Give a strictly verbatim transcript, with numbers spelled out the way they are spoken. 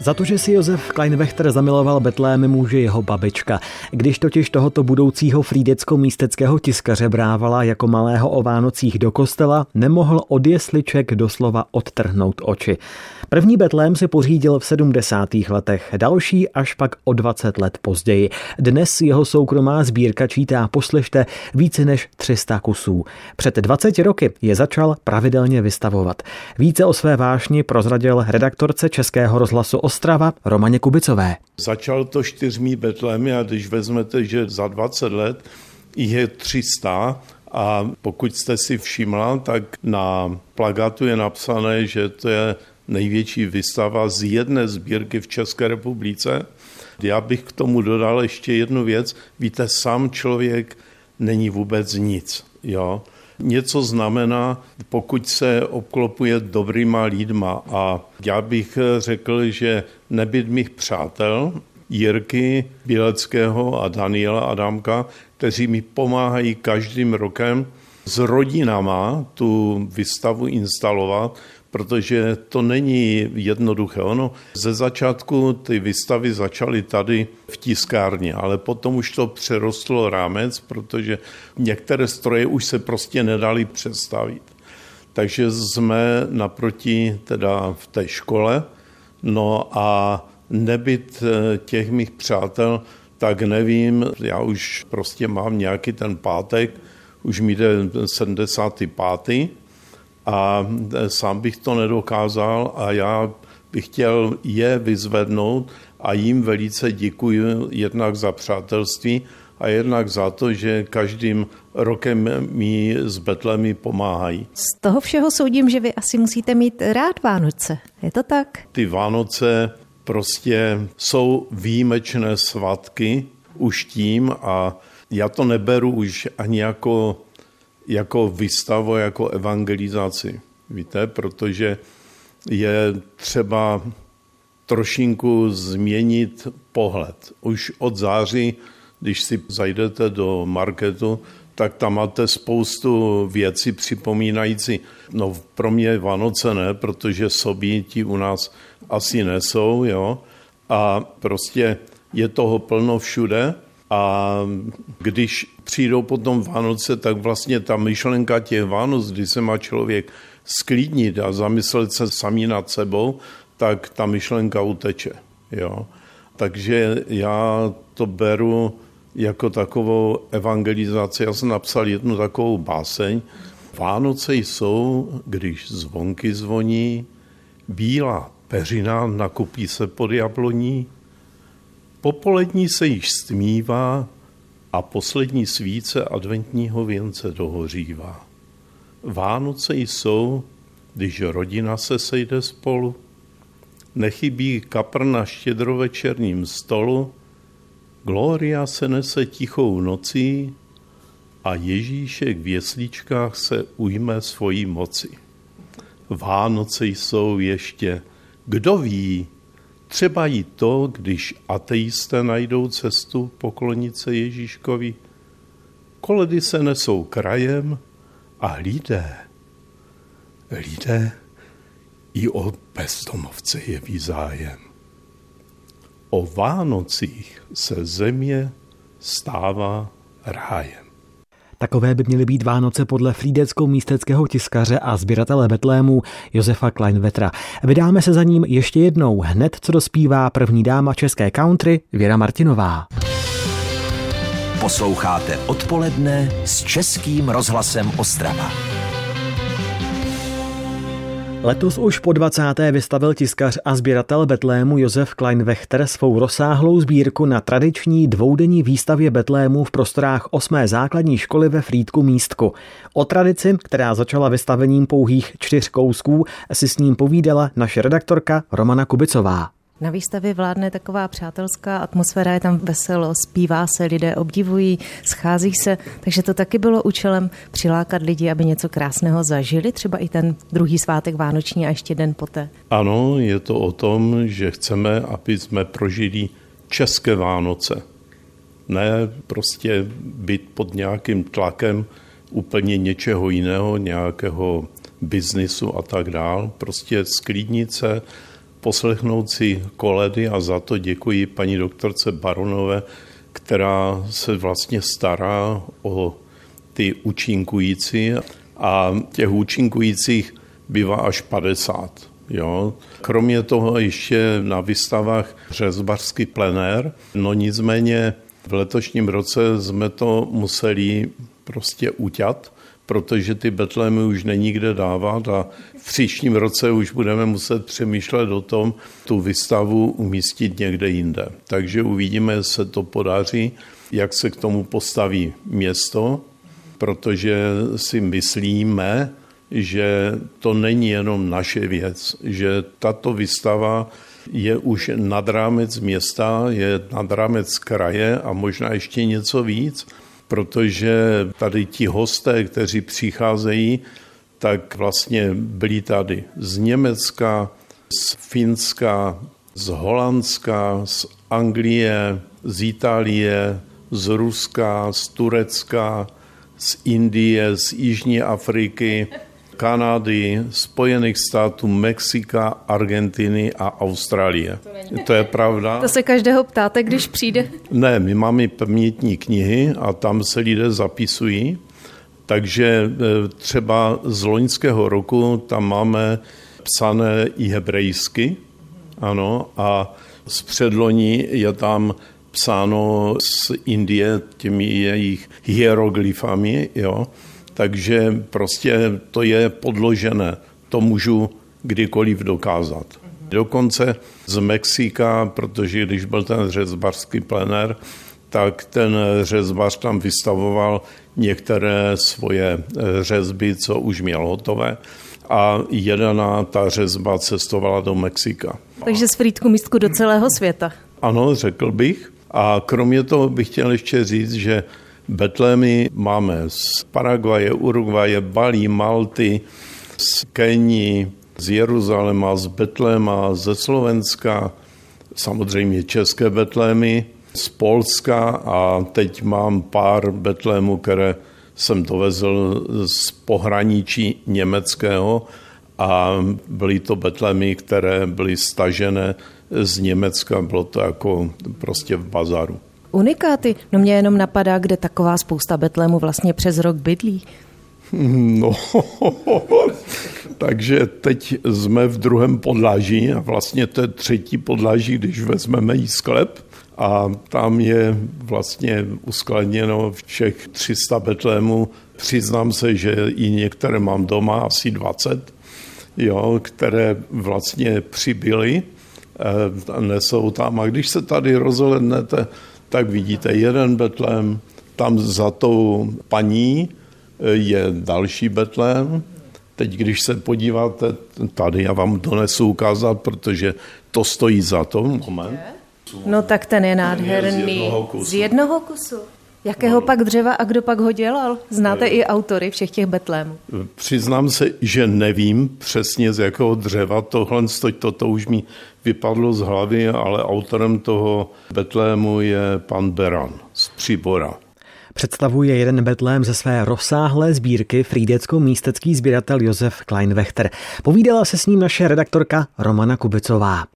Za to, že si Josef Kleinwächter zamiloval Betlém, může jeho babička. Když totiž tohoto budoucího frýdecko-místeckého tiskaře brávala jako malého o Vánocích do kostela, nemohl od jesliček doslova odtrhnout oči. První Betlém si pořídil v sedmdesátých letech, další až pak o dvacet let později. Dnes jeho soukromá sbírka čítá, poslyšte, více než tři sta kusů. Před dvaceti roky je začal pravidelně vystavovat. Více o své vášni prozradil redaktorce Českého rozhlasu Ostrava Romaně Kubicové. Začal to čtyřmi Betlémy a když vezmete, že za dvacet let jich je tři sta a pokud jste si všimla, tak na plakátu je napsané, že to je největší výstava z jedné sbírky v České republice. Já bych k tomu dodal ještě jednu věc. Víte, sám člověk není vůbec nic. Jo? Něco znamená, pokud se obklopuje dobrýma lidma. A já bych řekl, že nebyt mých přátel, Jirky Bíleckého a Daniela Adamka, kteří mi pomáhají každým rokem s rodinama tu výstavu instalovat, protože to není jednoduché. Ono ze začátku ty výstavy začaly tady v tiskárně, ale potom už to přerostlo rámec, protože některé stroje už se prostě nedali představit. Takže jsme naproti teda v té škole, no a nebyt těch mých přátel, tak nevím, já už prostě mám nějaký ten pátek, už mi jde sedmdesátý pátý a sám bych to nedokázal a já bych chtěl je vyzvednout a jim velice děkuji jednak za přátelství a jednak za to, že každým rokem mi s Betlémy pomáhají. Z toho všeho soudím, že vy asi musíte mít rád Vánoce. Je to tak? Ty Vánoce prostě jsou výjimečné svátky už tím a já to neberu už ani jako, jako výstavu, jako evangelizaci. Víte, protože je třeba trošinku změnit pohled. Už od září, když si zajdete do marketu, tak tam máte spoustu věcí připomínající. No pro mě Vánoce ne, protože sobíti u nás asi nesou, jo. A prostě je toho plno všude a když přijdou potom Vánoce, tak vlastně ta myšlenka těch Vánoc, kdy se má člověk sklidnit a zamyslet se sami nad sebou, tak ta myšlenka uteče, jo. Takže já to beru jako takovou evangelizaci. Já jsem napsal jednu takovou báseň. Vánoce jsou, když zvonky zvoní, bílá peřina nakupí se pod jabloní, popolední se již stmívá a poslední svíce adventního věnce dohořívá. Vánoce jsou, když rodina se sejde spolu, nechybí kapr na štědrovečerním stolu, Gloria se nese tichou nocí a Ježíšek v jesličkách se ujme svojí moci. Vánoce jsou ještě, kdo ví, třeba i to, když ateisté najdou cestu poklonit se Ježíškovi. Koledy se nesou krajem a lidé, lidé i o bezdomovce jeví zájem. O Vánocích se země stává rájem. Takové by měly být Vánoce podle frýdecko-místeckého tiskaře a sběratele Betlémů Josefa Kleinwächtera. Vydáme se za ním ještě jednou, hned co dospívá první dáma české country Věra Martinová. Posloucháte Odpoledne s Českým rozhlasem Ostrava. Letos už po dvacáté vystavil tiskař a sběratel Betlému Josef Kleinwächter svou rozsáhlou sbírku na tradiční dvoudenní výstavě Betlému v prostorách osmé základní školy ve Frýdku-Místku. O tradici, která začala vystavením pouhých čtyř kousků, si s ním povídala naše redaktorka Romana Kubicová. Na výstavě vládne taková přátelská atmosféra, je tam veselo, zpívá se, lidé obdivují, schází se, takže to taky bylo účelem přilákat lidi, aby něco krásného zažili, třeba i ten druhý svátek vánoční a ještě den poté. Ano, je to o tom, že chceme, aby jsme prožili české Vánoce. Ne prostě být pod nějakým tlakem úplně něčeho jiného, nějakého biznisu a tak dál. Prostě sklidnit se, poslechnout si koledy a za to děkuji paní doktorce Baronové, která se vlastně stará o ty účinkující a těch účinkujících bývá až padesát. Jo. Kromě toho ještě na výstavách řezbařský plenér, no nicméně v letošním roce jsme to museli prostě uťat, protože ty betlémy už není kde dávat a v příštím roce už budeme muset přemýšlet o tom tu výstavu umístit někde jinde. Takže uvidíme, jestli se to podaří, jak se k tomu postaví město, protože si myslíme, že to není jenom naše věc, že tato výstava je už nad rámec města, je nad rámec kraje a možná ještě něco víc, protože tady ti hosté, kteří přicházejí, tak vlastně byli tady z Německa, z Finska, z Holandska, z Anglie, z Itálie, z Ruska, z Turecka, z Indie, z Jižní Afriky, Kanady, Spojených států, Mexika, Argentiny a Austrálie. To, to je pravda. To se každého ptáte, když přijde? Ne, my máme pamětní knihy a tam se lidé zapisují, takže třeba z loňského roku tam máme psané i hebrejsky, ano, a z předloni je tam psáno z Indie těmi jejich hieroglyfami, jo. Takže prostě to je podložené. To můžu kdykoliv dokázat. Dokonce z Mexika, protože když byl ten řezbařský plenér, tak ten řezbař tam vystavoval některé svoje řezby, co už měl hotové. A jedna ta řezba cestovala do Mexika. Takže z Frýdku místku do celého světa. Ano, řekl bych. A kromě toho bych chtěl ještě říct, že betlémy máme z Paraguaje, Uruguaje, Balí, Malty, z Keni, z Jeruzaléma, z Betléma, ze Slovenska, samozřejmě české betlémy, z Polska a teď mám pár betlémů, které jsem dovezl z pohraničí německého a byly to betlémy, které byly stažené z Německa, bylo to jako prostě v bazaru. Unikáty? No mě jenom napadá, kde taková spousta betlémů vlastně přes rok bydlí. No, takže teď jsme v druhém podlaží a vlastně to je třetí podlaží, když vezmeme jí sklep a tam je vlastně uskladněno všech tři sta betlémů. Přiznám se, že i některé mám doma, asi dvacet, jo, které vlastně přibyly a nesou tam. A když se tady rozhlédnete, tak vidíte jeden betlém, tam za tou paní je další betlém. Teď, když se podíváte tady, já vám to nesu ukázat, protože to stojí za to. Moment. No tak ten je nádherný. Z jednoho kusu. Z jednoho kusu. Jakého pak dřeva a kdo pak ho dělal? Znáte i autory všech těch betlémů? Přiznám se, že nevím přesně z jakého dřeva. Tohle to, to už mi vypadlo z hlavy, ale autorem toho betlému je pan Beran z Příbora. Představuje jeden betlém ze své rozsáhlé sbírky frýdecko-místecký sběratel Josef Kleinwächter. Povídala se s ním naše redaktorka Romana Kubicová.